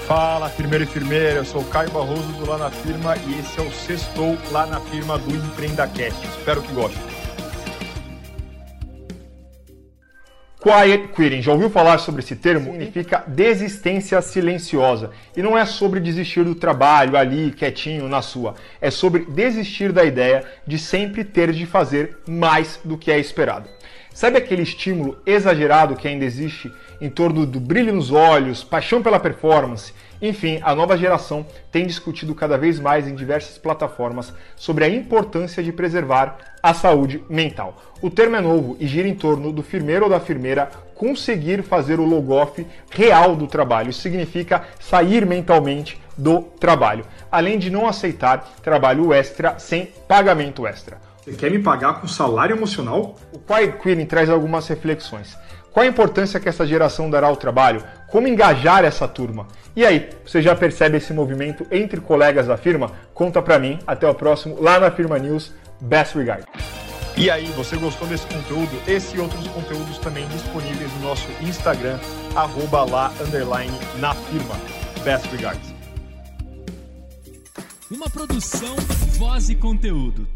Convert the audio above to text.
Fala, firmeiro e firmeira, eu sou o Caio Barroso do Lá na Firma e esse é o Sextou Lá na Firma do EmpreendaCast. Espero que gostem. Quiet quitting, já ouviu falar sobre esse termo? Significa desistência silenciosa. E não é sobre desistir do trabalho ali, quietinho, na sua. É sobre desistir da ideia de sempre ter de fazer mais do que é esperado. Sabe aquele estímulo exagerado que ainda existe em torno do brilho nos olhos, paixão pela performance? Enfim, a nova geração tem discutido cada vez mais em diversas plataformas sobre a importância de preservar a saúde mental. O termo é novo e gira em torno do firmeiro ou da firmeira conseguir fazer o log-off real do trabalho. Isso significa sair mentalmente do trabalho, além de não aceitar trabalho extra sem pagamento extra. Você quer me pagar com salário emocional? O Quiet Quitting traz algumas reflexões. Qual a importância que essa geração dará ao trabalho? Como engajar essa turma? E aí, você já percebe esse movimento entre colegas da firma? Conta pra mim. Até o próximo Lá na Firma News. Best regards. E aí, você gostou desse conteúdo? Esse e outros conteúdos também disponíveis no nosso Instagram, @lá_na_firma. Best regards. Uma produção, voz e conteúdo.